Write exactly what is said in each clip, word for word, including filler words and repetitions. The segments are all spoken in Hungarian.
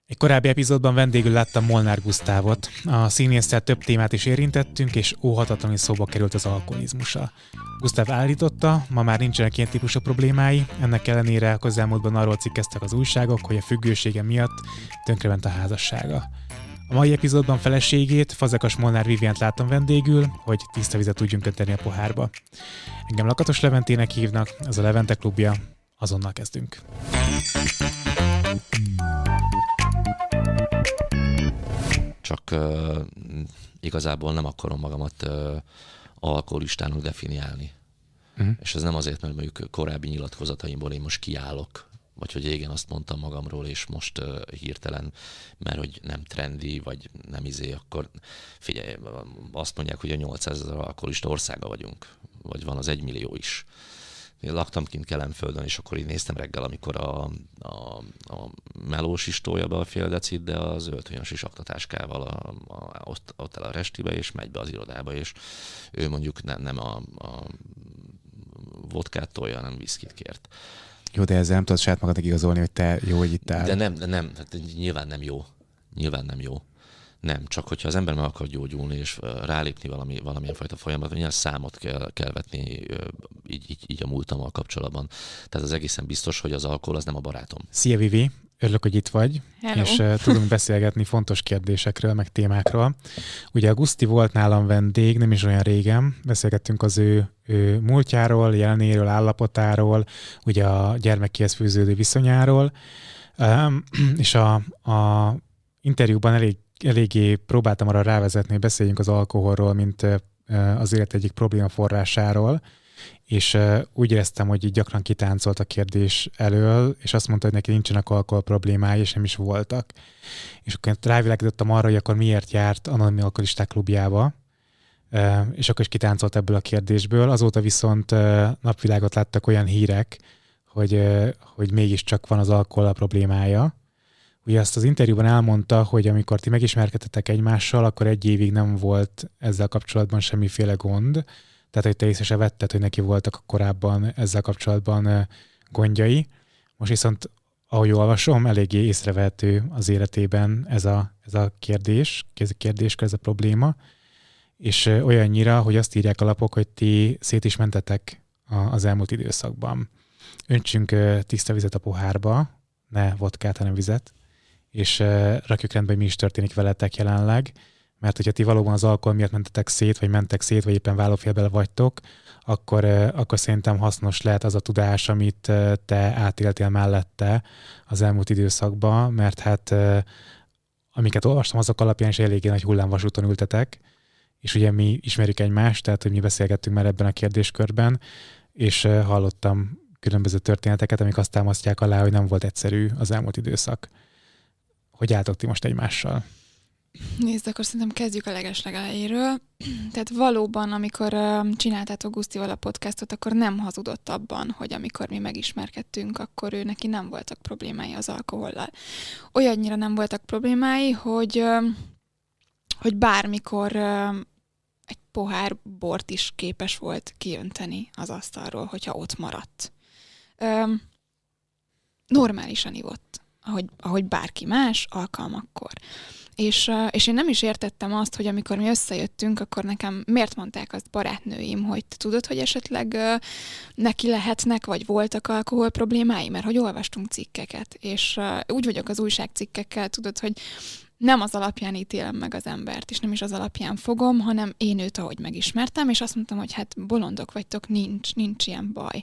Egy korábbi epizódban vendégül láttam Molnár Gusztávot. A színésszel több témát is érintettünk, és óhatatlanul szóba került az alkoholizmusa. Gusztáv állította, ma már nincsenek ilyen típusú problémái, ennek ellenére a közelmúltban arról cikkeztek az újságok, hogy a függősége miatt tönkrement a házassága. A mai epizódban feleségét, Fazekas Molnár Vivient láttam vendégül, hogy tiszta vizet tudjunk önteni a pohárba. Engem Lakatos Leventének hívnak, ez a Levente klubja, azonnal kezdünk. Csak uh, igazából nem akarom magamat uh, alkoholistának definiálni. Uh-huh. És ez nem azért, mert mondjuk korábbi nyilatkozataimból én most kiállok, vagy hogy igen, azt mondtam magamról, és most uh, hirtelen, mert hogy nem trendi, vagy nem izé, akkor figyelj, azt mondják, hogy a nyolcszázezer alkoholista országa vagyunk, vagy van az egymillió is. Én laktam kint Kelenföldön, és akkor így néztem reggel, amikor a, a, a melós is tolja be a fél decit, de az öltönyös is aktatáskával a, a, ott, ott el a restibe, és megy be az irodába, és ő mondjuk nem, nem a, a vodkát tolja, hanem viszkit kért. Jó, de ezzel nem tudod saját magadnak igazolni, hogy te jó, hogy itt áll. De nem, de nem, hát nyilván nem jó. Nyilván nem jó. Nem, csak hogyha az ember meg akar gyógyulni, és rálépni valami, valamilyen fajta folyamat, milyen számot kell, kell vetni így, így, így a múltammal kapcsolatban. Tehát az egészen biztos, hogy az alkohol az nem a barátom. Szia Vivi, örülök, hogy itt vagy, Hello. És uh, tudunk beszélgetni fontos kérdésekről, meg témákról. Ugye a Guszti volt nálam vendég, nem is olyan régen, beszélgettünk az ő, ő múltjáról, jelenéről, állapotáról, ugye a gyermekéhez fűződő viszonyáról, um, és a, a interjúban elég eléggé próbáltam arra rávezetni, hogy beszéljünk az alkoholról, mint az élet egyik probléma forrásáról, és úgy éreztem, hogy így gyakran kitáncolt a kérdés elől, és azt mondta, hogy neki nincsenek alkohol problémái, és nem is voltak. És akkor rávilágítottam arra, hogy akkor miért járt Anonim Alkoholisták klubjába, és akkor is kitáncolt ebből a kérdésből. Azóta viszont napvilágot láttak olyan hírek, hogy, hogy mégiscsak van az alkohol problémája. Ugye azt az interjúban elmondta, hogy amikor ti megismerkedtetek egymással, akkor egy évig nem volt ezzel kapcsolatban semmiféle gond. Tehát, hogy te észre se vetted, hogy neki voltak korábban ezzel kapcsolatban gondjai. Most viszont, ahogy olvasom, eléggé észrevehető az életében ez a, ez a kérdés, ez a kérdéskör, ez a probléma. És olyannyira, hogy azt írják a lapok, hogy ti szét is mentetek az elmúlt időszakban. Öntsünk tiszta vizet a pohárba, ne vodkát, hanem vizet, és uh, rakjuk rendbe, hogy mi is történik veletek jelenleg, mert hogyha ti valóban az alkohol miatt mentetek szét, vagy mentek szét, vagy éppen vállófélbe vagytok, akkor, uh, akkor szerintem hasznos lehet az a tudás, amit uh, te átéltél mellette az elmúlt időszakban, mert hát uh, amiket olvastam, azok alapján is eléggé nagy hullámvasúton ültetek, és ugye mi ismerjük egymást, tehát hogy mi beszélgettünk már ebben a kérdéskörben, és uh, hallottam különböző történeteket, amik azt támasztják alá, hogy nem volt egyszerű az elmúlt időszak. Hogy álltok ti most egymással? Nézd, akkor szerintem kezdjük a legeslegelejéről. Tehát valóban, amikor uh, csináltátok Gusztival a podcastot, akkor nem hazudott abban, hogy amikor mi megismerkedtünk, akkor ő neki nem voltak problémái az alkohollal. Olyannyira nem voltak problémái, hogy, uh, hogy bármikor uh, egy pohár bort is képes volt kiönteni az asztalról, hogyha ott maradt. Uh, normálisan ivott. Ahogy, ahogy bárki más, alkalmakkor. És, és én nem is értettem azt, hogy amikor mi összejöttünk, akkor nekem miért mondták azt barátnőim, hogy te tudod, hogy esetleg uh, neki lehetnek, vagy voltak alkohol problémái, mert hogy olvastunk cikkeket, és uh, úgy vagyok az újságcikkekkel, tudod, hogy nem az alapján ítélem meg az embert, és nem is az alapján fogom, hanem én őt, ahogy megismertem, és azt mondtam, hogy hát bolondok vagytok, nincs, nincs ilyen baj.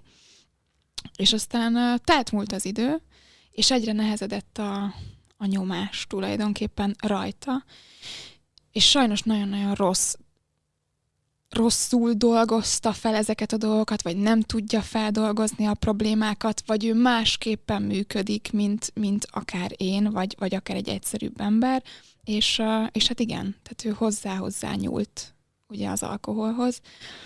És aztán uh, telt múlt az idő, és egyre nehezedett a, a nyomás tulajdonképpen rajta, és sajnos nagyon-nagyon rossz, rosszul dolgozta fel ezeket a dolgokat, vagy nem tudja feldolgozni a problémákat, vagy ő másképpen működik, mint, mint akár én, vagy, vagy akár egy egyszerűbb ember, és, és hát igen, tehát ő hozzá-hozzá nyúlt ugye az alkoholhoz.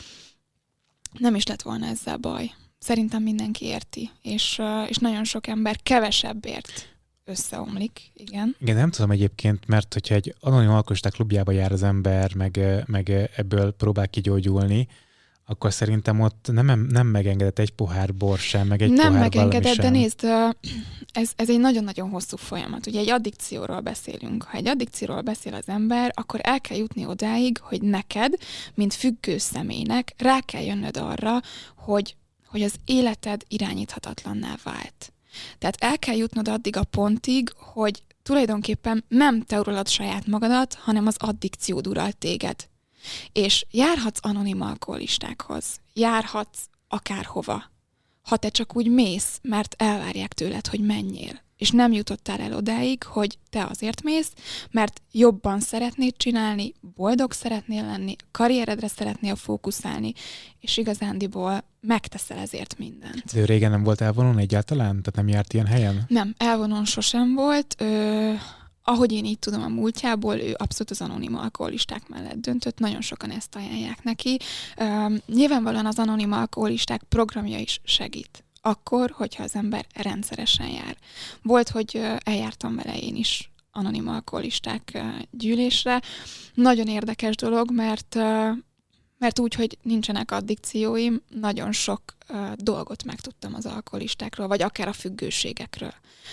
Nem is lett volna ezzel baj. Szerintem mindenki érti, és, és nagyon sok ember kevesebbért összeomlik, igen. Igen, nem tudom egyébként, mert hogyha egy anonim alkoholisták klubjába jár az ember, meg, meg ebből próbál kigyógyulni, akkor szerintem ott nem, nem megengedett egy pohár bor sem, meg egy nem pohár megengedett, valami de sem. nézd, ez, ez egy nagyon-nagyon hosszú folyamat. Ugye egy addikcióról beszélünk. Ha egy addikcióról beszél az ember, akkor el kell jutni odáig, hogy neked, mint függő személynek rá kell jönnöd arra, hogy, hogy az életed irányíthatatlanná vált. Tehát el kell jutnod addig a pontig, hogy tulajdonképpen nem te uralod saját magadat, hanem az addikciód ural téged. És járhatsz anonim alkoholistákhoz, járhatsz akárhova, ha te csak úgy mész, mert elvárják tőled, hogy menjél. És nem jutottál el odáig, hogy te azért mész, mert jobban szeretnéd csinálni, boldog szeretnél lenni, karrieredre szeretnél fókuszálni, és igazándiból megteszel ezért mindent. De ő régen nem volt elvonón egyáltalán? Tehát nem járt ilyen helyen? Nem, elvonón sosem volt. Ö, ahogy én így tudom a múltjából, ő abszolút az anonim alkoholisták mellett döntött, nagyon sokan ezt ajánlják neki. Ö, nyilvánvalóan az anonim alkoholisták programja is segít. Akkor, hogyha az ember rendszeresen jár. Volt, hogy eljártam vele én is anonim alkoholisták gyűlésre. Nagyon érdekes dolog, mert, mert úgy, hogy nincsenek addikcióim, nagyon sok dolgot megtudtam az alkoholistákról, vagy akár a függőségekről.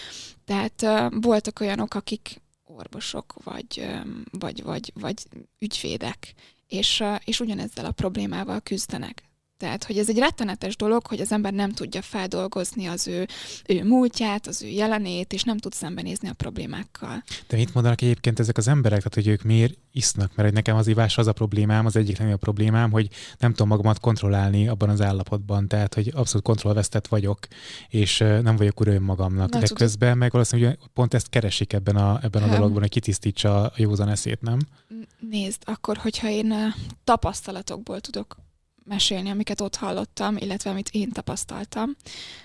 Tehát voltak olyanok, akik orvosok, vagy, vagy, vagy, vagy ügyvédek, és, és ugyanezzel a problémával küzdenek. Tehát, hogy ez egy rettenetes dolog, hogy az ember nem tudja feldolgozni az ő, ő múltját, az ő jelenét, és nem tud szembenézni a problémákkal. De mit mondanak egyébként ezek az emberek, tehát hogy ők miért isznak? Mert hogy nekem az ivás az a problémám, az egyik legnagyobb problémám, hogy nem tudom magamat kontrollálni abban az állapotban, tehát hogy abszolút kontrollvesztett vagyok, és nem vagyok ura önmagamnak. Na, de tudod. Közben meg valószínűleg pont ezt keresik ebben a, ebben a dologban, hogy kitisztítsa a józan eszét, nem? Nézd, akkor, hogyha én tapasztalatokból tudok mesélni, amiket ott hallottam, illetve amit én tapasztaltam.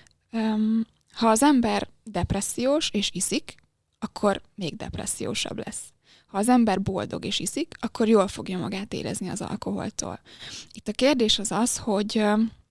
Um, ha az ember depressziós és iszik, akkor még depressziósabb lesz. Ha az ember boldog és iszik, akkor jól fogja magát érezni az alkoholtól. Itt a kérdés az az, hogy,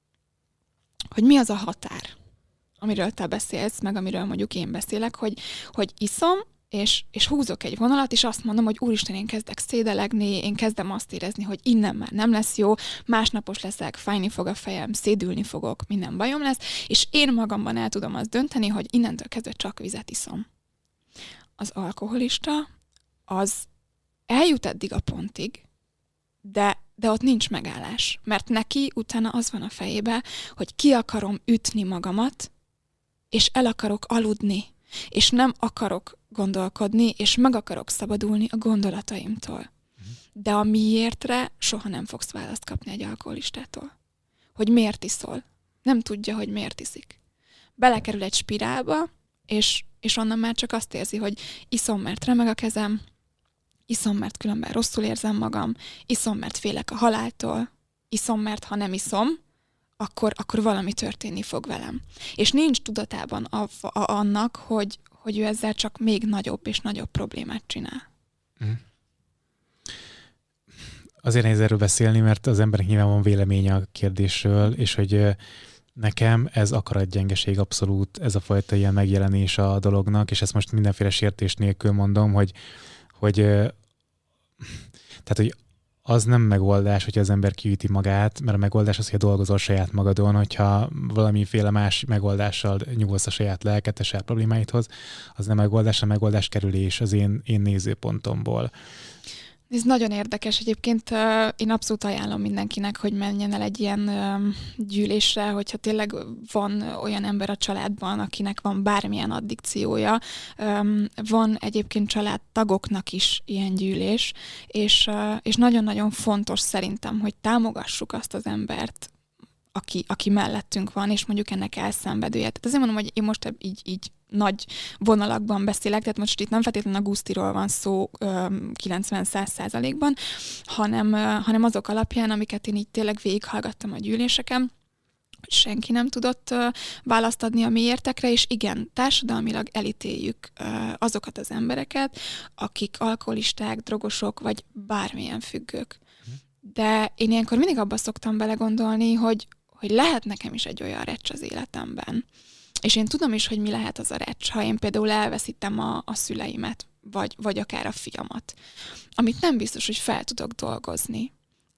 hogy mi az a határ, amiről te beszélsz, meg amiről mondjuk én beszélek, hogy, hogy iszom, És, és húzok egy vonalat, és azt mondom, hogy úristen, én kezdek szédelegni, én kezdem azt érezni, hogy innen már nem lesz jó, másnapos leszek, fájni fog a fejem, szédülni fogok, minden bajom lesz, és én magamban el tudom azt dönteni, hogy innentől kezdve csak vizet iszom. Az alkoholista, az eljut eddig a pontig, de, de ott nincs megállás, mert neki utána az van a fejébe, hogy ki akarom ütni magamat, és el akarok aludni, és nem akarok gondolkodni, és meg akarok szabadulni a gondolataimtól. De a miértre soha nem fogsz választ kapni egy alkoholistától. Hogy miért iszol. Nem tudja, hogy miért iszik. Belekerül egy spirálba, és, és onnan már csak azt érzi, hogy iszom, mert remeg a kezem, iszom, mert különben rosszul érzem magam, iszom, mert félek a haláltól, iszom, mert ha nem iszom, akkor, akkor valami történni fog velem. És nincs tudatában a, a, annak, hogy, hogy ő ezzel csak még nagyobb és nagyobb problémát csinál. Mm. Azért nehéz erről beszélni, mert az embernek nyilván van véleménye a kérdésről, és hogy nekem ez akaratgyengeség abszolút, ez a fajta ilyen megjelenés a dolognak, és ezt most mindenféle sértés nélkül mondom, hogy, hogy tehát, hogy az nem megoldás, hogyha az ember kiüti magát, mert a megoldás az, hogy dolgozol saját magadon, hogyha valamiféle más megoldással nyúlsz a saját lelket, a saját problémáidhoz, az nem megoldás, a megoldás kerülés az én, én nézőpontomból. Ez nagyon érdekes. Egyébként uh, én abszolút ajánlom mindenkinek, hogy menjen el egy ilyen uh, gyűlésre, hogyha tényleg van olyan ember a családban, akinek van bármilyen addikciója. Um, van egyébként családtagoknak is ilyen gyűlés, és, uh, és nagyon-nagyon fontos szerintem, hogy támogassuk azt az embert, aki, aki mellettünk van, és mondjuk ennek elszenvedője. Tehát azért mondom, hogy én most így, így nagy vonalakban beszélek, tehát most itt nem feltétlenül a Gusztiról van szó kilencven-száz százalékban, hanem, hanem azok alapján, amiket én így tényleg végighallgattam a gyűléseken, hogy senki nem tudott választ adni a miértekre, és igen, társadalmilag elítéljük azokat az embereket, akik alkoholisták, drogosok, vagy bármilyen függők. De én ilyenkor mindig abba szoktam belegondolni, hogy, hogy lehet nekem is egy olyan recs az életemben. És én tudom is, hogy mi lehet az a recs, ha én például elveszítem a, a szüleimet, vagy, vagy akár a fiamat, amit nem biztos, hogy fel tudok dolgozni.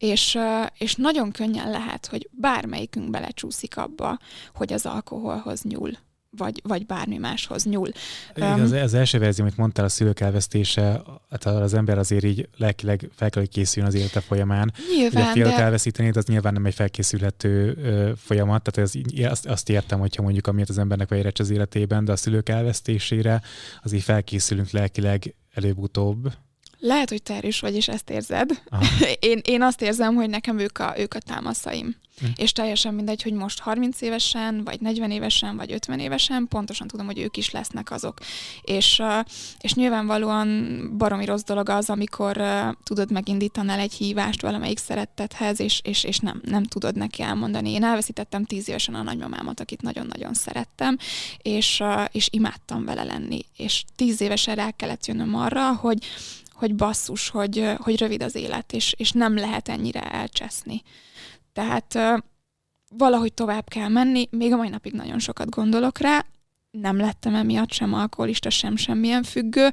És, és nagyon könnyen lehet, hogy bármelyikünk belecsúszik abba, hogy az alkoholhoz nyúl, vagy, vagy bármi máshoz nyúl. Az, az első verzió, amit mondtál, a szülők elvesztése, hát az ember azért így lelkileg fel kell, hogy készüljön az élete folyamán. Nyilván, ugye a fiatal de... elveszítenéd, az nyilván nem egy felkészülhető ö, folyamat, tehát az, azt, azt értem, hogyha mondjuk amiért az embernek vagy az életében, de a szülők elvesztésére azért felkészülünk lelkileg előbb-utóbb. Lehet, hogy te erős vagy, és ezt érzed. én, én azt érzem, hogy nekem ők a, ők a támaszaim. Hm. És teljesen mindegy, hogy most harminc évesen, vagy negyven évesen, vagy ötven évesen, pontosan tudom, hogy ők is lesznek azok. És, és nyilvánvalóan baromi rossz dolog az, amikor tudod, megindítanál egy hívást valamelyik szerettethez, és, és, és nem, nem tudod neki elmondani. Én elveszítettem tíz évesen a nagymamámat, akit nagyon-nagyon szerettem, és, és imádtam vele lenni. És tíz évesen rá kellett jönnöm arra, hogy hogy basszus, hogy, hogy rövid az élet, és, és nem lehet ennyire elcseszni. Tehát uh, valahogy tovább kell menni, még a mai napig nagyon sokat gondolok rá, nem lettem emiatt sem alkoholista, sem semmilyen függő,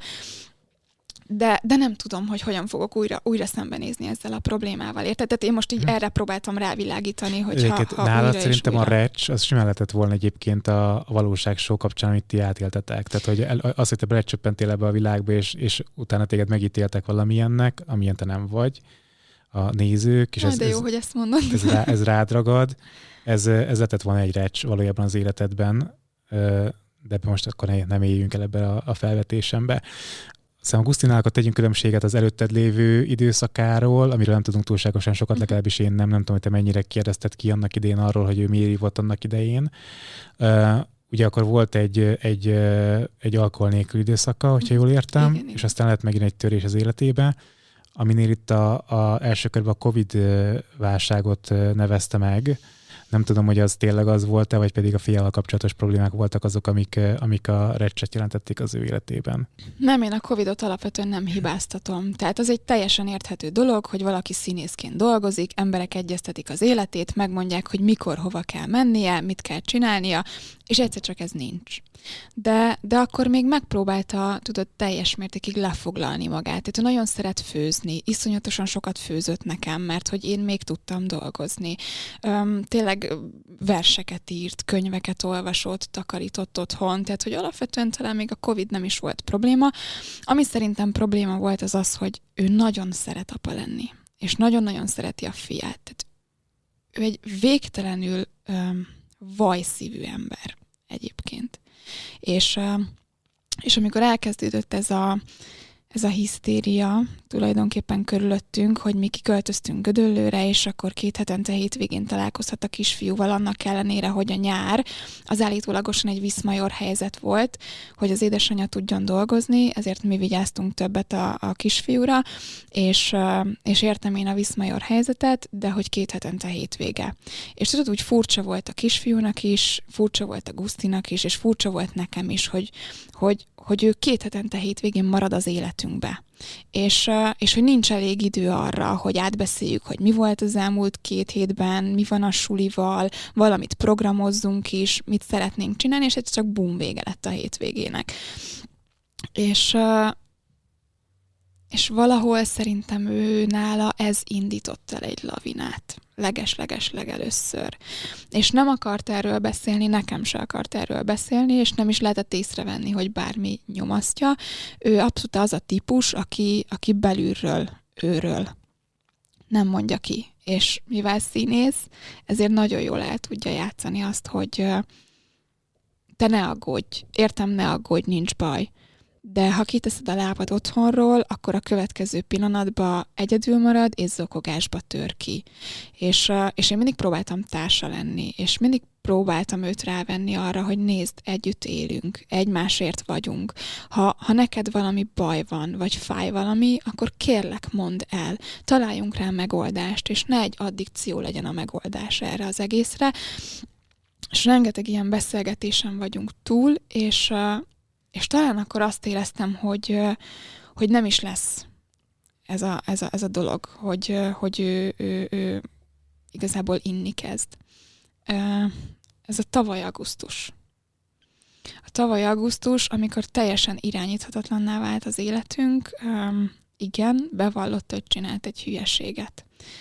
de, de nem tudom, hogy hogyan fogok újra, újra szembenézni ezzel a problémával. Érted? Tehát én most így hm. erre próbáltam rávilágítani, hogy ha, ha nálad újra szerintem újra. a recs, az simán lehetett volna egyébként a, a valóság show kapcsán, amit ti átéltetek. Tehát, hogy el, az, hogy te belecsöppentél ebbe a világba, és, és utána téged megítéltek valamilyennek, amilyen te nem vagy, a nézők. És Na, ez, de jó, ez, hogy ezt mondod. Ez, rá, ez rád ragad. Ez, ez lehetett volna egy recs valójában az életedben, de most akkor nem éljünk el ebbe a, a felvetésembe. Szóval Gusztinának tegyünk különbséget az előtted lévő időszakáról, amiről nem tudunk túlságosan sokat, legalábbis én nem, nem tudom, hogy te mennyire kérdezted ki annak idején arról, hogy ő miért volt annak idején. Uh, ugye akkor volt egy, egy, egy alkohol nélkül időszaka, hogyha jól értem, igen, és igen. Aztán lett megint egy törés az életébe, aminél itt a, a első körben a Covid válságot nevezte meg. Nem tudom, hogy az tényleg az volt-e, vagy pedig a fiával kapcsolatos problémák voltak azok, amik, amik a recset jelentették az ő életében. Nem, én a Covidot alapvetően nem hibáztatom. Tehát az egy teljesen érthető dolog, hogy valaki színészként dolgozik, emberek egyeztetik az életét, megmondják, hogy mikor, hova kell mennie, mit kell csinálnia, és egyszer csak ez nincs. De, de akkor még megpróbálta, tudod, teljes mértékig lefoglalni magát. Tehát ő nagyon szeret főzni, iszonyatosan sokat főzött nekem, mert hogy én még tudtam dolgozni. Üm, tényleg verseket írt, könyveket olvasott, takarított otthon, tehát hogy alapvetően talán még a Covid nem is volt probléma. Ami szerintem probléma volt az az, hogy ő nagyon szeret apa lenni, és nagyon-nagyon szereti a fiát. Tehát ő egy végtelenül üm, vajszívű ember egyébként. És, és amikor elkezdődött ez a, ez a hisztéria tulajdonképpen körülöttünk, hogy mi kiköltöztünk Gödöllőre, és akkor két hetente hétvégén találkozhat a kisfiúval, annak ellenére, hogy a nyár az állítólagosan egy viszmajor helyzet volt, hogy az édesanyja tudjon dolgozni, ezért mi vigyáztunk többet a, a kisfiúra, és, és értem én a viszmajor helyzetet, de hogy két hetente hétvége. És tudod, úgy furcsa volt a kisfiúnak is, furcsa volt a Gusztinak is, és furcsa volt nekem is, hogy, hogy, hogy ő két hetente hétvégén marad az életünkbe. És, és hogy nincs elég idő arra, hogy átbeszéljük, hogy mi volt az elmúlt két hétben, mi van a sulival, valamit programozzunk is, mit szeretnénk csinálni, és ez csak bum, vége lett a hétvégének. És, és valahol szerintem ő nála ez indított el egy lavinát. Leges-leges legelőször. És nem akart erről beszélni, nekem se akart erről beszélni, és nem is lehetett észrevenni, hogy bármi nyomasztja. Ő abszolút az a típus, aki, aki belülről, őről nem mondja ki. És mivel színész, ezért nagyon jól el tudja játszani azt, hogy te ne aggódj, értem, ne aggódj, nincs baj. De ha kiteszed a lábad otthonról, akkor a következő pillanatban egyedül marad, és zokogásba tör ki. És, és én mindig próbáltam társa lenni, és mindig próbáltam őt rávenni arra, hogy nézd, együtt élünk, egymásért vagyunk. Ha, ha neked valami baj van, vagy fáj valami, akkor kérlek, mondd el. Találjunk rá megoldást, és ne egy addikció legyen a megoldás erre az egészre. És rengeteg ilyen beszélgetésen vagyunk túl, és És talán akkor azt éreztem, hogy, hogy nem is lesz ez a, ez a, ez a dolog, hogy, hogy ő, ő, ő igazából inni kezd. Ez a tavaly augusztus. A tavaly augusztus, amikor teljesen irányíthatatlanná vált az életünk, igen, bevallotta, hogy csinált egy hülyeséget.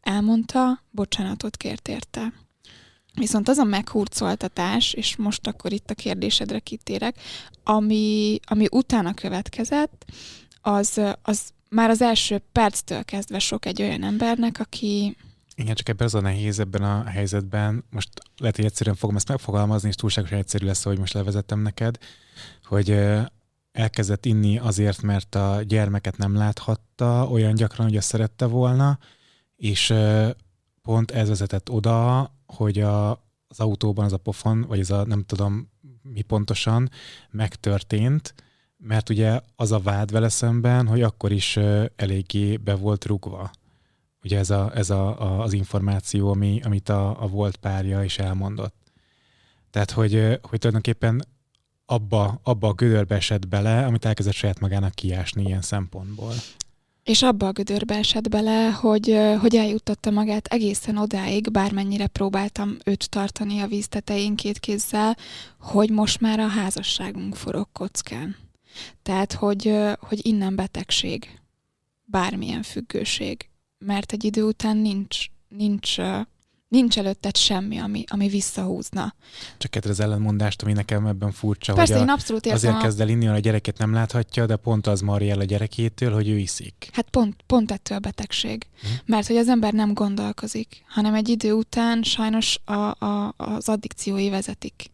elmondta, bocsánatot kért érte. Viszont az a meghurcoltatás, és most akkor itt a kérdésedre kitérek, ami, ami utána következett, az, az már az első perctől kezdve sok egy olyan embernek, aki... Igen, csak ebben az a nehéz ebben a helyzetben, most lehet, hogy egyszerűen fogom ezt megfogalmazni, és túlságosan egyszerű lesz, hogy most levezettem neked, hogy elkezdett inni azért, mert a gyermeket nem láthatta olyan gyakran, hogy azt szerette volna, és pont ez vezetett oda, hogy a, az autóban az a pofon, vagy ez a nem tudom mi pontosan megtörtént, mert ugye az a vád vele szemben, hogy akkor is eléggé be volt rugva. Ugye ez, a, ez a, a, az információ, ami, amit a, a volt párja is elmondott. Tehát, hogy, hogy tulajdonképpen abba, abba a gödörbe esett bele, amit elkezdett saját magának kiásni ilyen szempontból. És abba a gödörbe esett bele, hogy, hogy eljuttatta magát egészen odáig, bármennyire próbáltam őt tartani a víz tetején két kézzel, hogy most már a házasságunk forog kockán. Tehát, hogy, hogy innen betegség, bármilyen függőség, mert egy idő után nincs, nincs, nincs előtted semmi, ami, ami visszahúzna. Csak ez az ellenmondást, ami nekem ebben furcsa, Persze, hogy én abszolút érzem azért a... kezd el inni, hogy a gyereket nem láthatja, de pont az marja el a gyerekétől, hogy ő iszik. Hát pont, pont ettől betegség. Hm. Mert hogy az ember nem gondolkozik, hanem egy idő után sajnos a, a, az addikciói vezetik.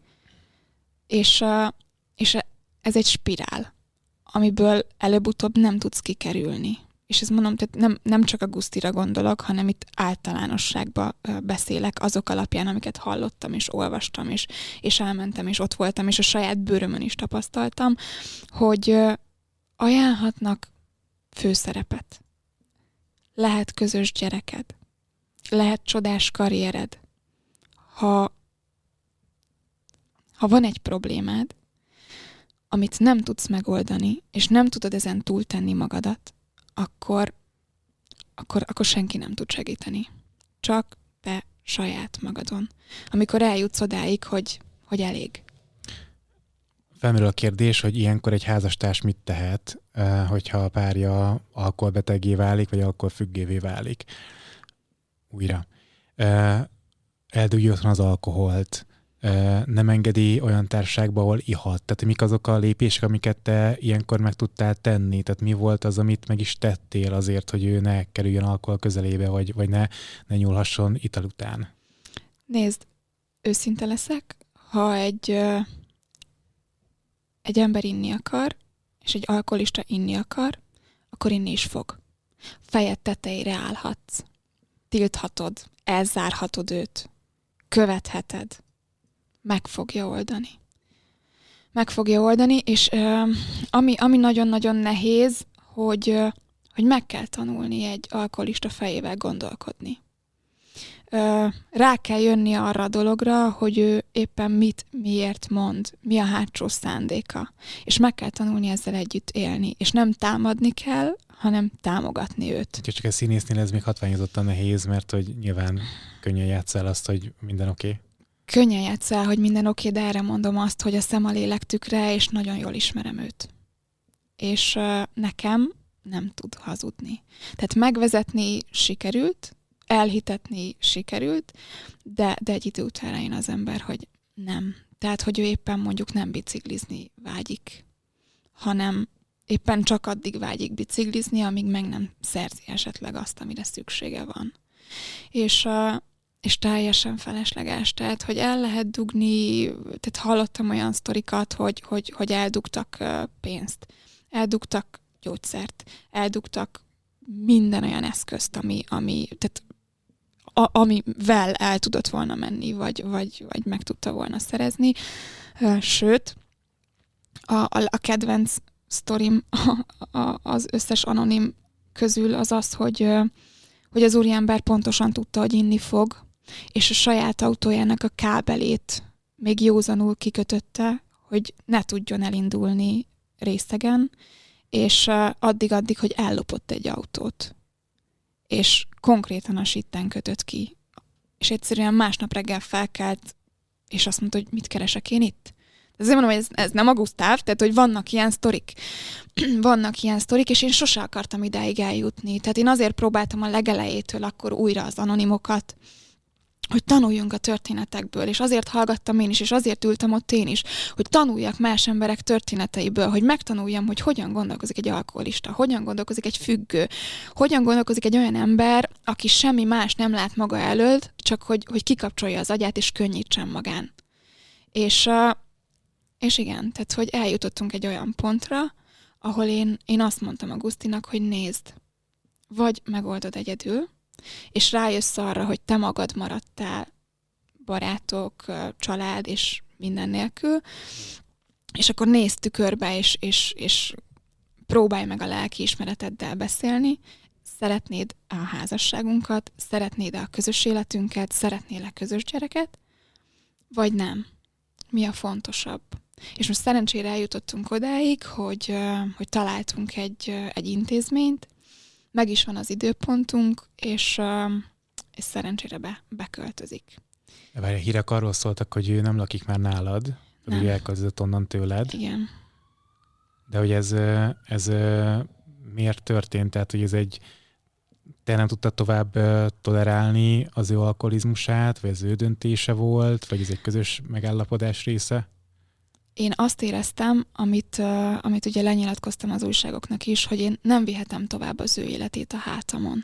És, és ez egy spirál, amiből előbb-utóbb nem tudsz kikerülni. És ezt mondom, tehát nem, nem csak a Gusztira gondolok, hanem itt általánosságban beszélek azok alapján, amiket hallottam, és olvastam, és, és elmentem, és ott voltam, és a saját bőrömön is tapasztaltam, hogy ajánlhatnak főszerepet. Lehet közös gyereked. Lehet csodás karriered. Ha, ha van egy problémád, amit nem tudsz megoldani, és nem tudod ezen túltenni magadat, akkor, akkor, akkor senki nem tud segíteni. Csak te saját magadon. Amikor eljutsz odáig, hogy, hogy elég. Felmerül a kérdés, hogy ilyenkor egy házastárs mit tehet, hogyha a párja alkoholbeteggé válik, vagy alkoholfüggévé válik. Újra. Eldugja otthon az alkoholt, nem engedi olyan társaságba, ahol ihat. Tehát mik azok a lépések, amiket te ilyenkor meg tudtál tenni? Tehát mi volt az, amit meg is tettél azért, hogy ő ne kerüljön alkohol közelébe, vagy, vagy ne, ne nyúlhasson ital után? Nézd, őszinte leszek, ha egy, egy ember inni akar, és egy alkoholista inni akar, akkor inni is fog. Fejed tetejére állhatsz. Tilthatod, elzárhatod őt. Követheted. Meg fogja oldani. Meg fogja oldani, és uh, ami, ami nagyon-nagyon nehéz, hogy, uh, hogy meg kell tanulni egy alkoholista fejével gondolkodni. Uh, rá kell jönni arra a dologra, hogy ő éppen mit, miért mond, mi a hátsó szándéka. És meg kell tanulni ezzel együtt élni. És nem támadni kell, hanem támogatni őt. Úgyhogy csak a színésznél ez még hatványozottan nehéz, mert hogy nyilván könnyen játsszál azt, hogy minden oké. Okay. Könnyen játsszál, hogy minden oké, okay, de erre mondom azt, hogy a szem a lélek tükre, és nagyon jól ismerem őt. És uh, nekem nem tud hazudni. Tehát megvezetni sikerült, elhitetni sikerült, de, de egy idő után rájön az ember, hogy nem. Tehát, hogy ő éppen mondjuk nem biciklizni vágyik, hanem éppen csak addig vágyik biciklizni, amíg meg nem szerzi esetleg azt, amire szüksége van. És, uh, és teljesen felesleges. Tehát, hogy el lehet dugni, tehát hallottam olyan sztorikat, hogy, hogy, hogy eldugtak uh, pénzt, eldugtak gyógyszert, eldugtak minden olyan eszközt, ami, ami tehát a, amivel el tudott volna menni, vagy, vagy, vagy meg tudta volna szerezni. Sőt, a, a, a kedvenc sztorim a, a, az összes anonim közül az az, hogy, hogy az úriember pontosan tudta, hogy inni fog, és a saját autójának a kábelét még józanul kikötötte, hogy ne tudjon elindulni részegen, és addig-addig, hogy ellopott egy autót. És konkrétan a sitten kötött ki. És egyszerűen másnap reggel felkelt, és azt mondta, hogy mit keresek én itt? Ezért mondom, hogy ez, ez nem a Gusztáv, tehát hogy vannak ilyen sztorik. vannak ilyen sztorik, és én sose akartam idáig eljutni. Tehát én azért próbáltam a legelejétől akkor újra az anonimokat, hogy tanuljunk a történetekből, és azért hallgattam én is, és azért ültem ott én is, hogy tanuljak más emberek történeteiből, hogy megtanuljam, hogy hogyan gondolkozik egy alkoholista, hogyan gondolkozik egy függő, hogyan gondolkozik egy olyan ember, aki semmi más nem lát maga előtt, csak hogy, hogy kikapcsolja az agyát, és könnyítsen magán. És, és igen, tehát hogy eljutottunk egy olyan pontra, ahol én, én azt mondtam a Gusztinak, hogy nézd, vagy megoldod egyedül, és rájössz arra, hogy te magad maradtál, barátok, család és minden nélkül, és akkor nézz tükörbe, és, és, és próbálj meg a lelkiismereteddel beszélni, szeretnéd a házasságunkat, szeretnéd a közös életünket, szeretnél a közös gyereket, vagy nem? Mi a fontosabb? És most szerencsére eljutottunk odáig, hogy, hogy találtunk egy, egy intézményt, meg is van az időpontunk, és, és szerencsére be, beköltözik. Várj, a hírek arról szóltak, hogy ő nem lakik már nálad, hogy elköltözött onnan tőled. Igen. De hogy ez, ez miért történt? Tehát, hogy ez egy, te nem tudtad tovább tolerálni az ő alkoholizmusát, vagy az ő döntése volt, vagy ez egy közös megállapodás része? Én azt éreztem, amit, uh, amit ugye lenyilatkoztam az újságoknak is, hogy én nem vihetem tovább az ő életét a hátamon.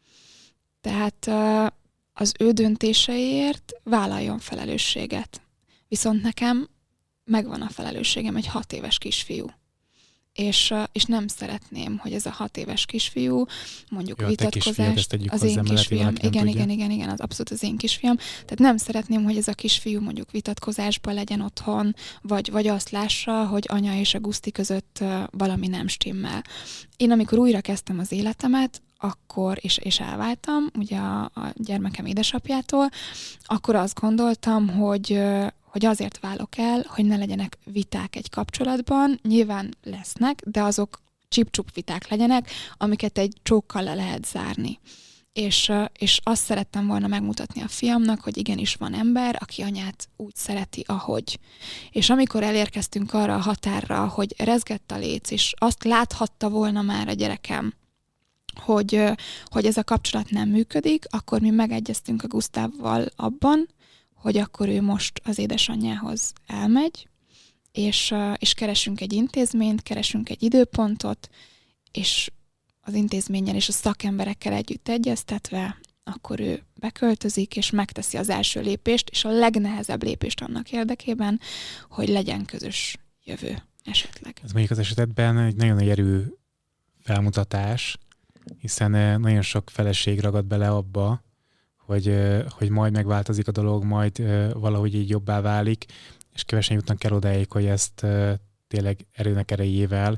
Tehát uh, az ő döntéseiért vállaljon felelősséget. Viszont nekem megvan a felelősségem, egy hat éves kisfiú. És, uh, és nem szeretném, hogy ez a hat éves kisfiú mondjuk Jó, vitatkozást, az én kisfiam, igen, igen, igen, igen, az abszolút az én kisfiam. Tehát nem szeretném, hogy ez a kisfiú mondjuk vitatkozásban legyen otthon, vagy, vagy azt lássa, hogy anya és a Guszti között uh, valami nem stimmel. Én amikor újra kezdtem az életemet, akkor, és, és elváltam, ugye a, a gyermekem édesapjától, akkor azt gondoltam, hogy uh, hogy azért válok el, hogy ne legyenek viták egy kapcsolatban. Nyilván lesznek, de azok csip-csup viták legyenek, amiket egy csókkal le lehet zárni. És, és azt szerettem volna megmutatni a fiamnak, hogy igenis van ember, aki anyát úgy szereti, ahogy. És amikor elérkeztünk arra a határra, hogy rezgett a léc, és azt láthatta volna már a gyerekem, hogy, hogy ez a kapcsolat nem működik, akkor mi megegyeztünk a Gusztávval abban, hogy akkor ő most az édesanyjához elmegy, és, és keresünk egy intézményt, keresünk egy időpontot, és az intézménnyel és a szakemberekkel együtt egyeztetve, akkor ő beköltözik, és megteszi az első lépést, és a legnehezebb lépést annak érdekében, hogy legyen közös jövő esetleg. Ez mondjuk az esetben egy nagyon nagy erő felmutatás, hiszen nagyon sok feleség ragad bele abba, hogy, hogy majd megváltozik a dolog, majd valahogy így jobbá válik, és kevesen jutnak el odáig, hogy ezt tényleg erőnek erejével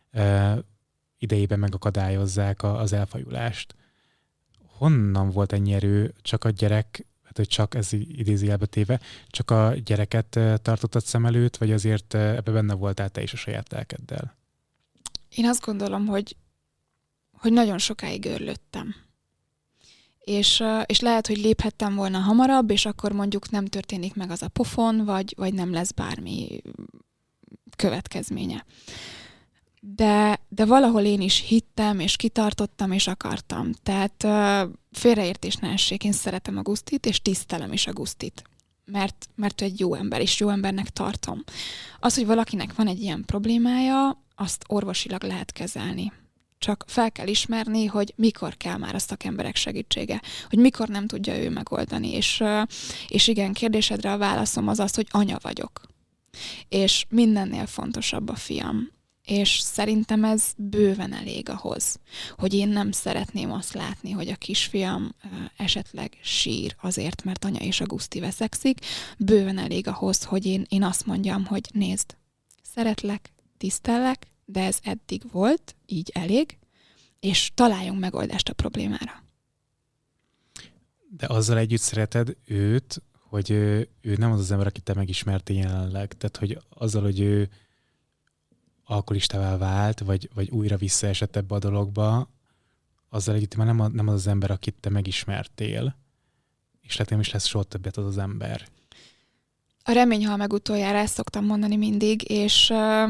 idejében megakadályozzák az elfajulást. Honnan volt ennyi erő? Csak a gyerek, hát hogy csak ez idézőjelbe téve, csak a gyereket tartottad szem előtt, vagy azért ebbe benne voltál te is a saját lelkeddel? Én azt gondolom, hogy, hogy nagyon sokáig őrlődtem. És, és lehet, hogy léphettem volna hamarabb, és akkor mondjuk nem történik meg az a pofon, vagy, vagy nem lesz bármi következménye. De, de valahol én is hittem, és kitartottam, és akartam. Tehát uh, félreértés ne essék, én szeretem a Gusztit, és tisztelem is a Gusztit. Mert, mert ő egy jó ember, és jó embernek tartom. Az, hogy valakinek van egy ilyen problémája, azt orvosilag lehet kezelni. Csak fel kell ismerni, hogy mikor kell már a szakemberek segítsége, hogy mikor nem tudja ő megoldani. És, és igen, kérdésedre a válaszom az az, hogy anya vagyok. És mindennél fontosabb a fiam. És szerintem ez bőven elég ahhoz, hogy én nem szeretném azt látni, hogy a kisfiam esetleg sír azért, mert anya és a Guszti veszekszik. Bőven elég ahhoz, hogy én, én azt mondjam, hogy nézd, szeretlek, tisztellek, de ez eddig volt, így elég, és találjunk megoldást a problémára. De azzal együtt szereted őt, hogy ő, ő nem az az ember, akit te megismertél jelenleg. Tehát, hogy azzal, hogy ő alkoholistává vált, vagy, vagy újra visszaesett ebbe a dologba, azzal együtt már nem, a, nem az az ember, akit te megismertél, és lehet, nem is lesz soha többet az az ember. A remény hal meg utoljára, ezt szoktam mondani mindig, és uh,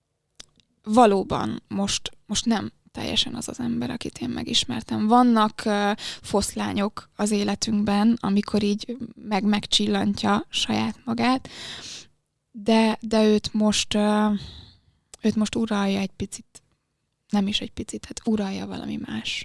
valóban most, most nem teljesen az az ember, akit én megismertem. Vannak uh, foszlányok az életünkben, amikor így meg megcsillantja saját magát, de, de őt most uh, őt most uralja egy picit, nem is egy picit, hát uralja valami más.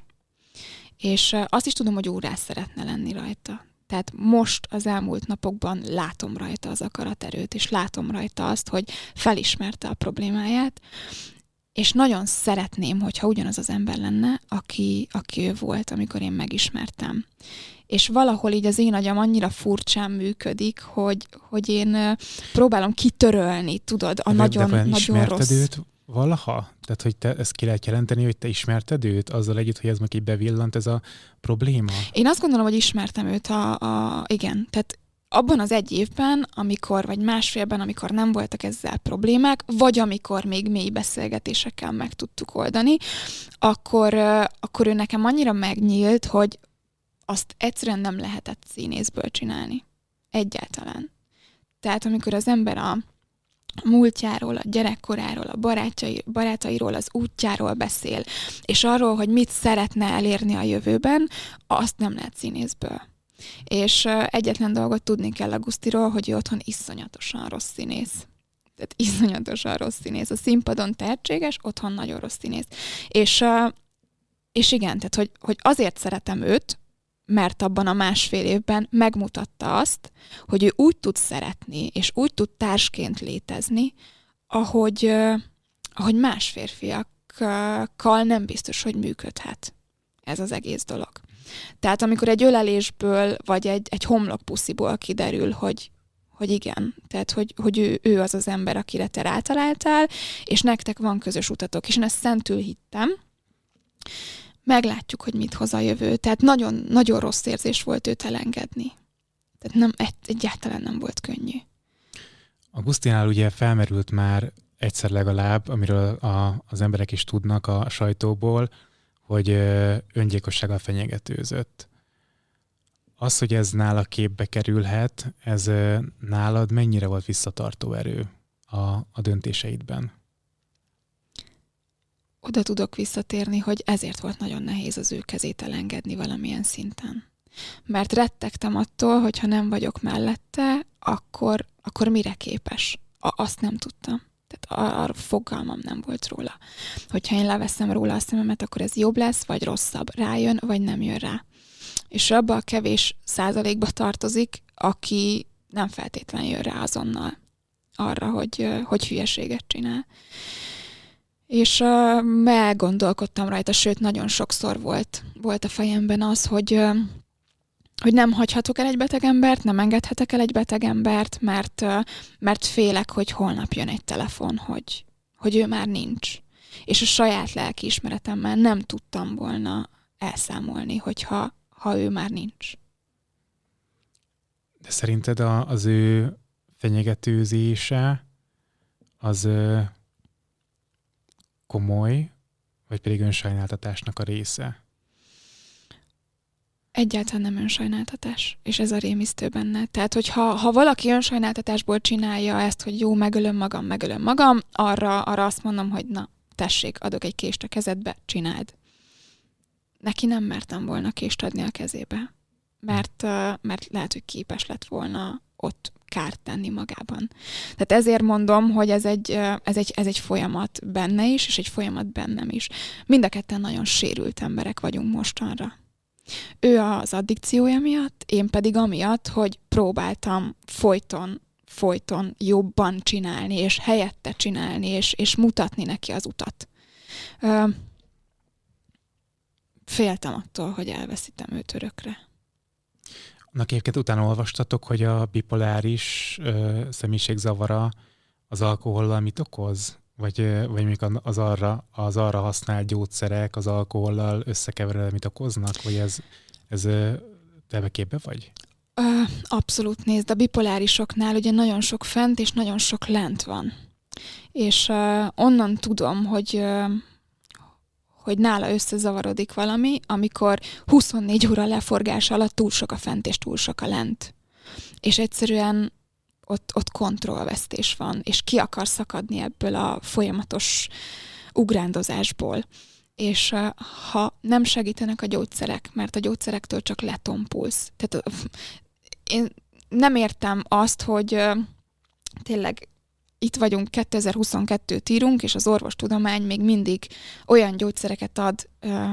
És uh, azt is tudom, hogy órás szeretne lenni rajta. Tehát most az elmúlt napokban látom rajta az akaraterőt, és látom rajta azt, hogy felismerte a problémáját, és nagyon szeretném, hogyha ugyanaz az ember lenne, aki, aki ő volt, amikor én megismertem. És valahol így az én agyam annyira furcsán működik, hogy, hogy én próbálom kitörölni, tudod, a de, nagyon, de nagyon rossz... őt valaha? Tehát, hogy te ezt ki lehet jelenteni, hogy te ismerted őt, azzal együtt, hogy ez meg így bevillant ez a probléma? Én azt gondolom, hogy ismertem őt a, a igen, tehát abban az egy évben, amikor, vagy másfélben, amikor nem voltak ezzel problémák, vagy amikor még mély beszélgetésekkel meg tudtuk oldani, akkor, akkor ő nekem annyira megnyílt, hogy azt egyszerűen nem lehetett színészből csinálni. Egyáltalán. Tehát amikor az ember a múltjáról, a gyerekkoráról, a barátjai, barátairól, az útjáról beszél, és arról, hogy mit szeretne elérni a jövőben, azt nem lehet színészből. És egyetlen dolgot tudni kell a Gusztiról, hogy ő otthon iszonyatosan rossz színész. Tehát iszonyatosan rossz színész. A színpadon tehetséges, otthon nagyon rossz színész. És, és igen, tehát hogy, hogy azért szeretem őt, mert abban a másfél évben megmutatta azt, hogy ő úgy tud szeretni, és úgy tud társként létezni, ahogy, ahogy más férfiakkal nem biztos, hogy működhet ez az egész dolog. Tehát amikor egy ölelésből, vagy egy, egy homlokpusziból kiderül, hogy, hogy igen, tehát hogy, hogy ő, ő az az ember, akire te rátaláltál, és nektek van közös utatok, és én ezt szentül hittem, meglátjuk, hogy mit hoz a jövő. Tehát nagyon, nagyon rossz érzés volt őt elengedni. Tehát nem, egy, egyáltalán nem volt könnyű. A Gusztinál ugye felmerült már egyszer legalább, amiről a, az emberek is tudnak a sajtóból, hogy öngyilkossággal fenyegetőzött. Az, hogy ez nála képbe kerülhet, ez nálad mennyire volt visszatartó erő a, a döntéseidben? Oda tudok visszatérni, hogy ezért volt nagyon nehéz az ő kezét elengedni valamilyen szinten. Mert rettegtem attól, hogy ha nem vagyok mellette, akkor, akkor mire képes? A, azt nem tudtam. Tehát arra fogalmam nem volt róla. Hogyha én leveszem róla a szememet, akkor ez jobb lesz, vagy rosszabb. Rájön, vagy nem jön rá. És abba a kevés százalékba tartozik, aki nem feltétlenül jön rá azonnal arra, hogy, hogy hülyeséget csinál. És uh, elgondolkodtam rajta, sőt, nagyon sokszor volt, volt a fejemben az, hogy, uh, hogy nem hagyhatok el egy beteg embert, nem engedhetek el egy beteg embert, mert, uh, mert félek, hogy holnap jön egy telefon, hogy, hogy ő már nincs. És a saját lelkiismeretemmel nem tudtam volna elszámolni, hogyha ha ő már nincs. De szerinted a, az ő fenyegetőzése az... Uh... komoly, vagy pedig önsajnáltatásnak a része? Egyáltalán nem önsajnáltatás, és ez a rémisztő benne. Tehát, hogyha ha valaki önsajnáltatásból csinálja ezt, hogy jó, megölöm magam, megölöm magam, arra, arra azt mondom, hogy na, tessék, adok egy kést a kezedbe, csináld. Neki nem mertem volna kést adni a kezébe, mert, mert lehet, hogy képes lett volna ott kárt tenni magában. Tehát ezért mondom, hogy ez egy, ez, egy, ez egy folyamat benne is, és egy folyamat bennem is. Mind a ketten nagyon sérült emberek vagyunk mostanra. Ő az addikciója miatt, én pedig amiatt, hogy próbáltam folyton, folyton jobban csinálni, és helyette csinálni, és, és mutatni neki az utat. Féltem attól, hogy elveszítem őt örökre. Annak egyébként utána olvastatok, hogy a bipoláris ö, személyiségzavara az alkohollal mit okoz? Vagy, ö, vagy még az arra, az arra használt gyógyszerek az alkohollal összekeverve mit okoznak? Vagy ez, ez ö, te ebbe képbe vagy? Ö, abszolút, nézd, a bipolárisoknál ugye nagyon sok fent és nagyon sok lent van. És ö, onnan tudom, hogy... Ö, hogy nála összezavarodik valami, amikor huszonnégy óra leforgás alatt túl sok a fent és túl sok a lent. És egyszerűen ott, ott kontrollvesztés van, és ki akar szakadni ebből a folyamatos ugrándozásból. És uh, ha nem segítenek a gyógyszerek, mert a gyógyszerektől csak letompulsz. Tehát uh, én nem értem azt, hogy uh, tényleg itt vagyunk, kétezer-huszonkettőt írunk, és az orvostudomány még mindig olyan gyógyszereket ad uh,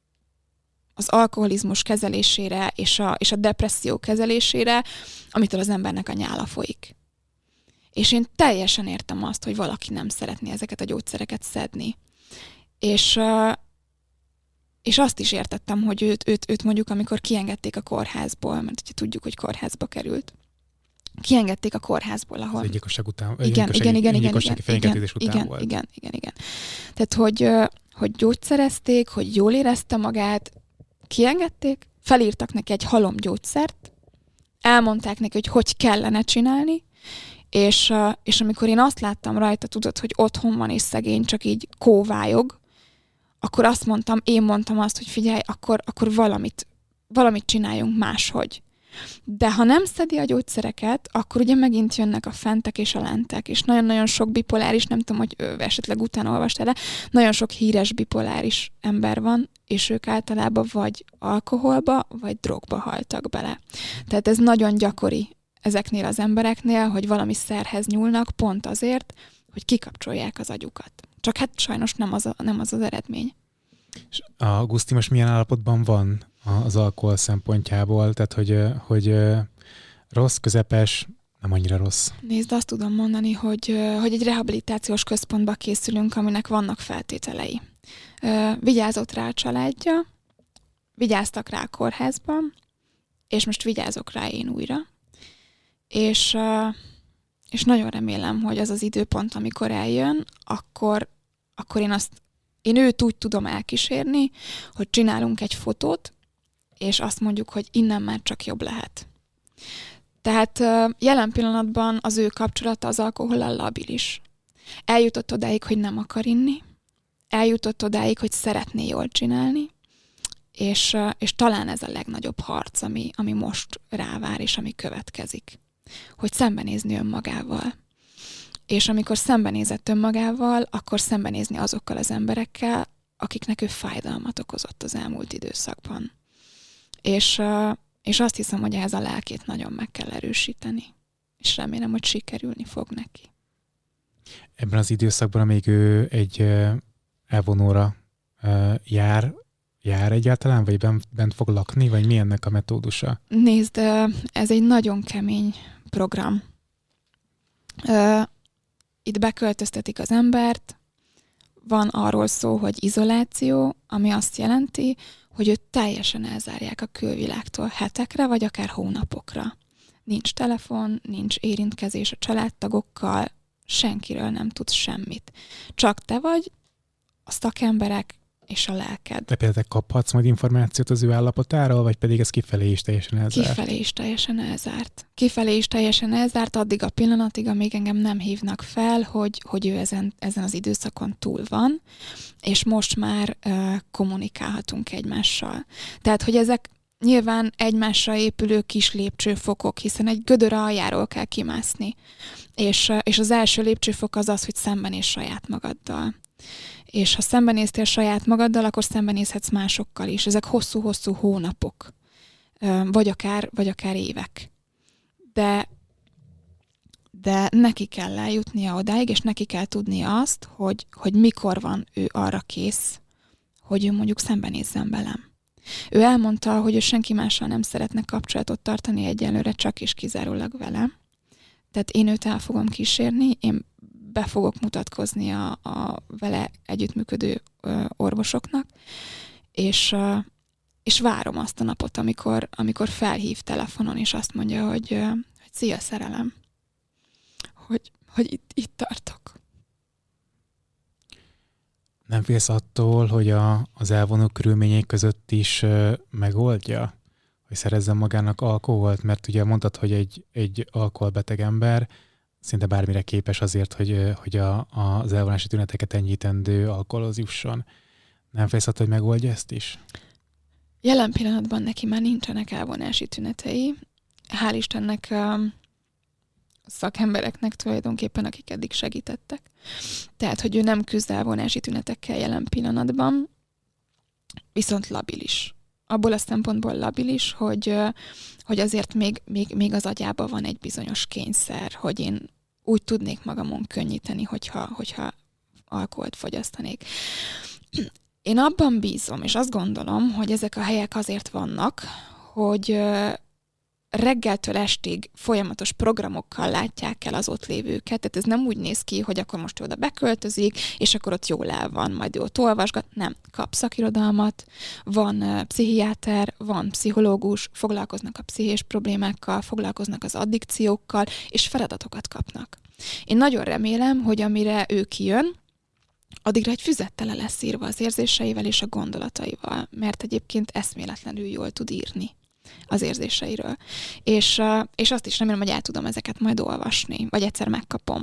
az alkoholizmus kezelésére és a, és a depresszió kezelésére, amitől az embernek a nyála folyik. És én teljesen értem azt, hogy valaki nem szeretné ezeket a gyógyszereket szedni. És, uh, és azt is értettem, hogy őt, őt, őt mondjuk, amikor kiengedték a kórházból, mert ugye tudjuk, hogy kórházba került, kiengedték a kórházból, ahol... Az egygyilkosság után, igen, igen, igen, igen, igen, fenyegetés után igen, volt. Igen, igen, igen. Tehát, hogy, hogy gyógyszerezték, hogy jól érezte magát, kiengedték, felírtak neki egy halomgyógyszert, elmondták neki, hogy hogy kellene csinálni, és, és amikor én azt láttam rajta, tudod, hogy otthon van és szegény, csak így kóvályog, akkor azt mondtam, én mondtam azt, hogy figyelj, akkor, akkor valamit, valamit csináljunk máshogy. De ha nem szedi a gyógyszereket, akkor ugye megint jönnek a fentek és a lentek, és nagyon-nagyon sok bipoláris, nem tudom, hogy ő esetleg utána olvastál-e, nagyon sok híres bipoláris ember van, és ők általában vagy alkoholba, vagy drogba haltak bele. Tehát ez nagyon gyakori ezeknél az embereknél, hogy valami szerhez nyúlnak pont azért, hogy kikapcsolják az agyukat. Csak hát sajnos nem az a, nem az, az eredmény. És a Guszti most milyen állapotban van az alkohol szempontjából? Tehát, hogy, hogy rossz, közepes, nem annyira rossz. Nézd, azt tudom mondani, hogy, hogy egy rehabilitációs központba készülünk, aminek vannak feltételei. Vigyázott rá a családja, vigyáztak rá a kórházban, és most vigyázok rá én újra. És, és nagyon remélem, hogy az az időpont, amikor eljön, akkor, akkor én azt Én őt úgy tudom elkísérni, hogy csinálunk egy fotót, és azt mondjuk, hogy innen már csak jobb lehet. Tehát jelen pillanatban az ő kapcsolata az alkohollal labilis. Eljutott odáig, hogy nem akar inni, eljutott odáig, hogy szeretné jól csinálni, és, és talán ez a legnagyobb harc, ami, ami most rávár, és ami következik. Hogy szembenézni önmagával. És amikor szembenézett önmagával, akkor szembenézni azokkal az emberekkel, akiknek ő fájdalmat okozott az elmúlt időszakban. És, és azt hiszem, hogy ehhez a lelkét nagyon meg kell erősíteni. És remélem, hogy sikerülni fog neki. Ebben az időszakban, amíg ő egy elvonóra jár, jár egyáltalán, vagy bent fog lakni, vagy mi ennek a metódusa? Nézd, ez egy nagyon kemény program. Itt beköltöztetik az embert, van arról szó, hogy izoláció, ami azt jelenti, hogy őt teljesen elzárják a külvilágtól hetekre, vagy akár hónapokra. Nincs telefon, nincs érintkezés a családtagokkal, senkiről nem tudsz semmit. Csak te vagy, a szakemberek és a lelked. De például kaphatsz majd információt az ő állapotáról, vagy pedig ez kifelé is teljesen elzárt? Kifelé is teljesen elzárt. Kifelé is teljesen elzárt addig a pillanatig, amíg engem nem hívnak fel, hogy, hogy ő ezen, ezen az időszakon túl van, és most már uh, kommunikálhatunk egymással. Tehát, hogy ezek nyilván egymásra épülő kis lépcsőfokok, hiszen egy gödör aljáról kell kimászni. És, uh, és az első lépcsőfok az az, hogy szembenéz saját magaddal. És ha szembenéztél saját magaddal, akkor szembenézhetsz másokkal is. Ezek hosszú-hosszú hónapok, vagy akár, vagy akár évek. De, de neki kell eljutnia odáig, és neki kell tudnia azt, hogy, hogy mikor van ő arra kész, hogy ő mondjuk szembenézzen velem. Ő elmondta, hogy ő senki mással nem szeretne kapcsolatot tartani egyelőre, csak és kizárólag velem. Tehát én őt el fogom kísérni, én be fogok mutatkozni a, a vele együttműködő ö, orvosoknak, és, ö, és várom azt a napot, amikor, amikor felhív telefonon, és azt mondja, hogy, ö, hogy szia, szerelem, hogy, hogy itt, itt tartok. Nem félsz attól, hogy a, az elvonó körülmények között is ö, megoldja, hogy szerezzen magának alkoholt? Mert ugye mondtad, hogy egy, egy alkoholbeteg ember szinte bármire képes azért, hogy, hogy a, az elvonási tüneteket enyhítendő alkoholhoz jusson. Nem félsz attól, hogy megoldja ezt is? Jelen pillanatban neki már nincsenek elvonási tünetei. Hál' Istennek szakembereknek tulajdonképpen, akik eddig segítettek. Tehát, hogy ő nem küzd elvonási tünetekkel jelen pillanatban, viszont labilis. Abból a szempontból labilis, hogy, hogy azért még, még, még az agyában van egy bizonyos kényszer, hogy én úgy tudnék magamon könnyíteni, hogyha, hogyha alkoholt fogyasztanék. Én abban bízom, és azt gondolom, hogy ezek a helyek azért vannak, hogy reggeltől estig folyamatos programokkal látják el az ott lévőket, tehát ez nem úgy néz ki, hogy akkor most oda beköltözik, és akkor ott jól el van, majd ő ott olvasgat, nem, kap szakirodalmat, van uh, pszichiáter, van pszichológus, foglalkoznak a pszichés problémákkal, foglalkoznak az addikciókkal, és feladatokat kapnak. Én nagyon remélem, hogy amire ő kijön, addigra egy füzettel le lesz írva az érzéseivel és a gondolataival, mert egyébként eszméletlenül jól tud írni az érzéseiről. És, és azt is remélem, hogy el tudom ezeket majd olvasni, vagy egyszer megkapom.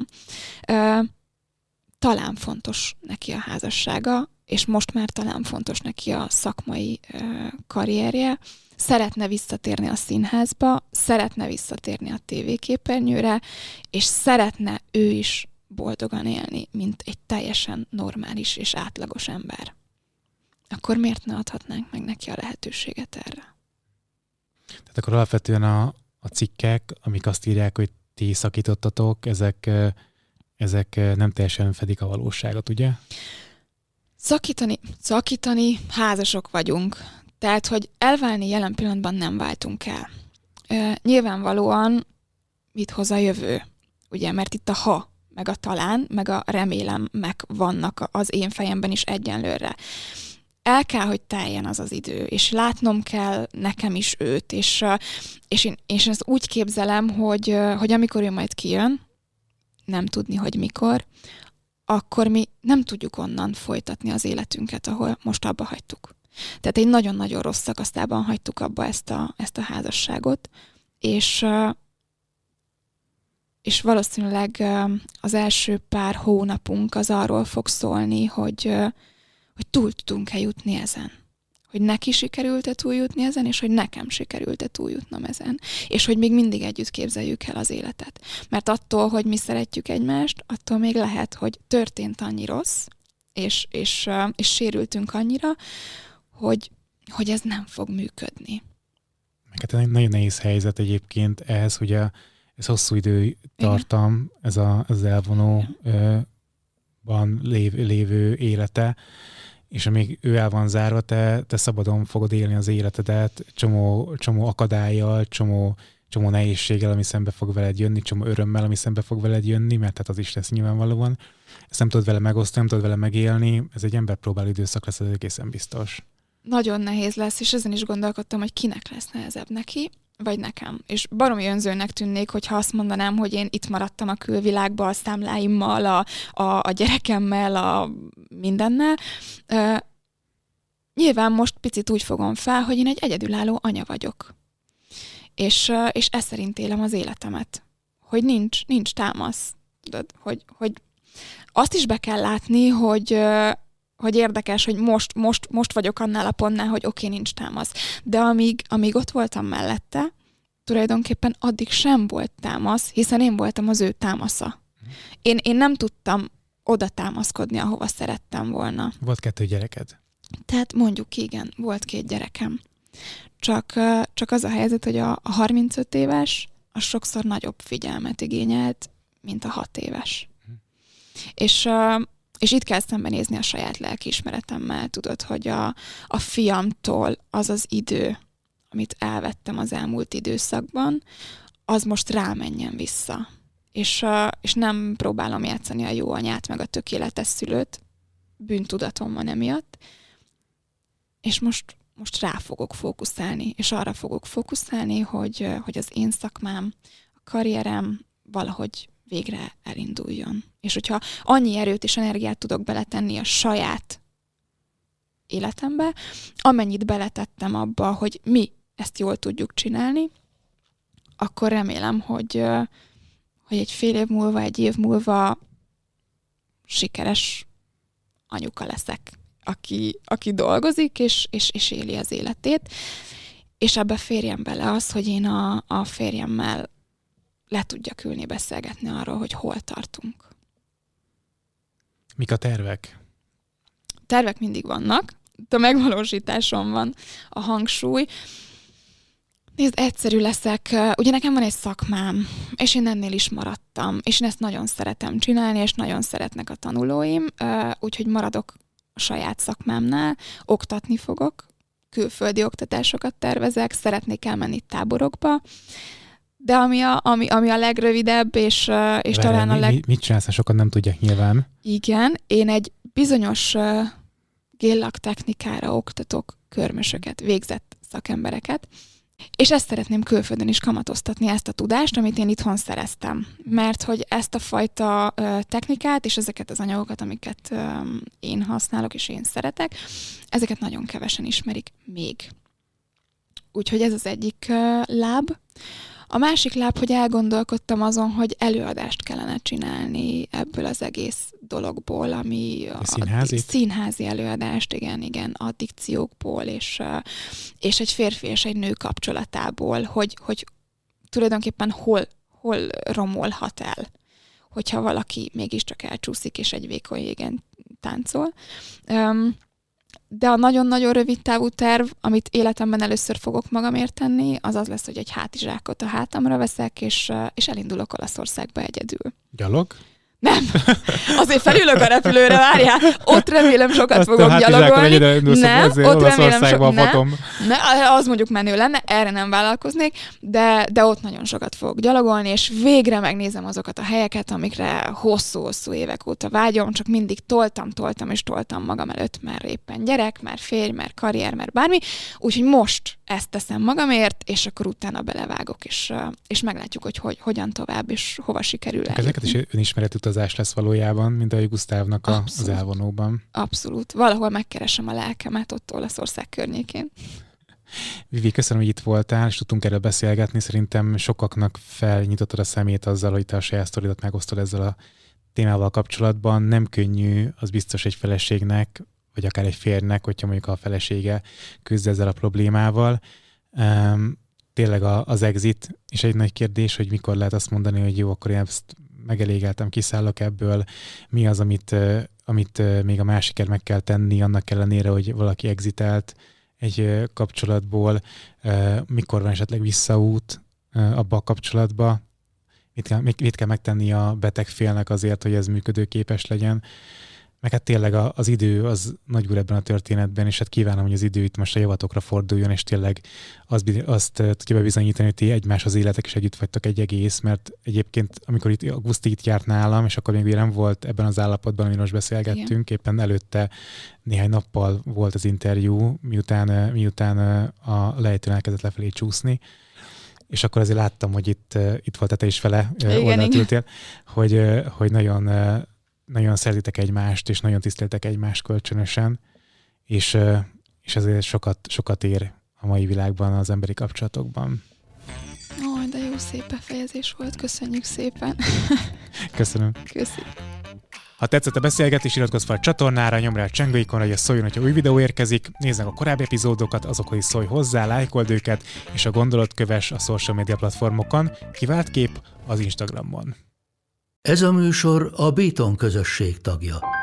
Talán fontos neki a házassága, és most már talán fontos neki a szakmai karrierje. Szeretne visszatérni a színházba, szeretne visszatérni a tévéképernyőre, és szeretne ő is boldogan élni, mint egy teljesen normális és átlagos ember. Akkor miért ne adhatnánk meg neki a lehetőséget erre? Tehát akkor alapvetően a, a cikkek, amik azt írják, hogy ti szakítottatok, ezek, ezek nem teljesen fedik a valóságot, ugye? Szakítani, szakítani, házasok vagyunk. Tehát, hogy elválni jelen pillanatban nem váltunk el. E, nyilvánvalóan mit hoz a jövő? Ugye, mert itt a ha, meg a talán, meg a remélem meg vannak az én fejemben is egyenlőre. El kell, hogy teljen az az idő, és látnom kell nekem is őt, és, és, én, és ezt úgy képzelem, hogy, hogy amikor ő majd kijön, nem tudni, hogy mikor, akkor mi nem tudjuk onnan folytatni az életünket, ahol most abba hagytuk. Tehát egy nagyon-nagyon rossz szakasztában hagytuk abba ezt a, ezt a házasságot, és, és valószínűleg az első pár hónapunk az arról fog szólni, hogy hogy túl tudunk-e jutni ezen. Hogy neki sikerült-e túljutni ezen, és hogy nekem sikerült-e túljutnom ezen. És hogy még mindig együtt képzeljük el az életet. Mert attól, hogy mi szeretjük egymást, attól még lehet, hogy történt annyi rossz, és, és, és sérültünk annyira, hogy, hogy ez nem fog működni. Hát egy nagyon nehéz helyzet egyébként ehhez, hogy a, ez hosszú idő tartam, ez a, az elvonóban lév, lévő élete, és amíg ő el van zárva, te, te szabadon fogod élni az életedet, csomó, csomó akadállyal, csomó, csomó nehézséggel, ami szembe fog veled jönni, csomó örömmel, ami szembe fog veled jönni, mert hát az is lesz nyilvánvalóan. Ezt nem tudod vele megosztani, nem tudod vele megélni, ez egy emberpróbáló időszak lesz, ez egészen biztos. Nagyon nehéz lesz, és ezen is gondolkodtam, hogy kinek lesz nehezebb, neki, vagy nekem. És baromi önzőnek tűnnék, hogyha azt mondanám, hogy én itt maradtam a külvilágban, a számláimmal, a, a, a gyerekemmel, a mindennel. Uh, nyilván most picit úgy fogom fel, hogy én egy egyedülálló anya vagyok. És, uh, és ez szerint élem az életemet. Hogy nincs, nincs támasz. Tudod, hogy, hogy azt is be kell látni, hogy... Uh, hogy érdekes, hogy most, most, most vagyok annál a pontnál, hogy oké, okay, nincs támasz. De amíg, amíg ott voltam mellette, tulajdonképpen addig sem volt támasz, hiszen én voltam az ő támasza. Én, én nem tudtam oda támaszkodni, ahova szerettem volna. Volt kettő gyereked? Tehát mondjuk igen, volt két gyerekem. Csak, csak az a helyzet, hogy a, a harmincöt éves, az sokszor nagyobb figyelmet igényelt, mint a hat éves. Hm. És... És itt kell szembenézni a saját lelkiismeretemmel, tudod, hogy a, a fiamtól az az idő, amit elvettem az elmúlt időszakban, az most rámenjen vissza. És, és nem próbálom játszani a jó anyát, meg a tökéletes szülőt, bűntudatom van emiatt, és most, most rá fogok fókuszálni, és arra fogok fókuszálni, hogy, hogy az én szakmám, a karrierem valahogy végre elinduljon. És hogyha annyi erőt és energiát tudok beletenni a saját életembe, amennyit beletettem abba, hogy mi ezt jól tudjuk csinálni, akkor remélem, hogy, hogy egy fél év múlva, egy év múlva sikeres anyuka leszek, aki, aki dolgozik, és, és, és éli az életét. És ebbe férjen bele az, hogy én a, a férjemmel le tudjak ülni, beszélgetni arról, hogy hol tartunk. Mik a tervek? Tervek mindig vannak, a megvalósításon van a hangsúly. Nézd, egyszerű leszek. Ugye nekem van egy szakmám, és én ennél is maradtam, és én ezt nagyon szeretem csinálni, és nagyon szeretnek a tanulóim, úgyhogy maradok a saját szakmámnál, oktatni fogok, külföldi oktatásokat tervezek, szeretnék elmenni táborokba, de ami a, ami, ami a legrövidebb, és, és Vele, talán a leg... Mi, mit csinálsz, sokan nem tudják nyilván. Igen, én egy bizonyos uh, géllak technikára oktatok körmösöket, végzett szakembereket, és ezt szeretném külföldön is kamatoztatni, ezt a tudást, amit én itthon szereztem. Mert hogy ezt a fajta uh, technikát és ezeket az anyagokat, amiket um, én használok és én szeretek, ezeket nagyon kevesen ismerik még. Úgyhogy ez az egyik uh, láb. A másik láb, hogy elgondolkodtam azon, hogy előadást kellene csinálni ebből az egész dologból, ami a színházi? színházi előadást, igen, igen, addikciókból, és, és egy férfi és egy nő kapcsolatából, hogy, hogy tulajdonképpen hol, hol romolhat el, hogyha valaki mégiscsak elcsúszik, és egy vékony jégen táncol. Um, De a nagyon-nagyon rövid távú terv, amit életemben először fogok magamért tenni, az az lesz, hogy egy hátizsákot a hátamra veszek, és, és elindulok Olaszországba egyedül. Gyalog? Nem. Azért felülök a repülőre, várjál. Ott remélem sokat azt fogok gyalogolni. Nem, ott remélem sokat. Nem, ne, az mondjuk menő lenne, erre nem vállalkoznék, de, de ott nagyon sokat fogok gyalogolni, és végre megnézem azokat a helyeket, amikre hosszú-hosszú évek óta vágyom, csak mindig toltam, toltam és toltam magam előtt, mert éppen gyerek, már férj, már karrier, már bármi. Úgyhogy most ezt teszem magamért, és akkor utána belevágok, és, és meglátjuk, hogy, hogy hogyan tovább, és hova sikerül eljutni. Ezeket is önismeret utazás lesz valójában, mint ahogy Gusztávnak a, az elvonóban. Abszolút. Valahol megkeresem a lelkemet ott Olaszország környékén. Vivi, köszönöm, hogy itt voltál, és tudtunk erről beszélgetni. Szerintem sokaknak felnyitottad a szemét azzal, hogy te a saját sztoridat megosztod ezzel a témával kapcsolatban. Nem könnyű, az biztos egy feleségnek, vagy akár egy férjnek, hogyha mondjuk a felesége küzd ezzel a problémával. Um, tényleg a, az exit is egy nagy kérdés, hogy mikor lehet azt mondani, hogy jó, akkor én ezt megelégeltem, kiszállok ebből, mi az, amit, amit még a másikért meg kell tenni, annak ellenére, hogy valaki exitelt egy kapcsolatból, mikor van esetleg visszaút abba a kapcsolatba, mit kell, mit kell megtenni a beteg félnek azért, hogy ez működőképes legyen. Meg hát tényleg az idő az nagy úr ebben a történetben, és hát kívánom, hogy az idő itt most a javatokra forduljon, és tényleg azt, azt tudja bebizonyítani, hogy ti egymáshoz életek, és együtt vagytok egy egész, mert egyébként, amikor itt a Guszti itt járt nálam, és akkor még nem volt ebben az állapotban, amiről most beszélgettünk, igen. Éppen előtte néhány nappal volt az interjú, miután, miután a lejtőn elkezdett lefelé csúszni, és akkor azért láttam, hogy itt, itt volt, te is vele oldalt ültél, hogy, hogy nagyon nagyon szerzitek egymást, és nagyon tiszteltek egymást kölcsönösen, és, és ezért sokat, sokat ér a mai világban az emberi kapcsolatokban. Ó, de jó szép befejezés volt, köszönjük szépen. Köszönöm. Köszi. Ha tetszett a beszélgetés, iratkozz fel a csatornára, nyomd rá a csengőikonra, hogy szóljon, hogyha új videó érkezik, nézd meg a korábbi epizódokat, azokhoz is szólj hozzá, lájkold őket, és a gondolat kövess a social media platformokon, kivált kép az Instagramon. Ez a műsor a Béton közösség tagja.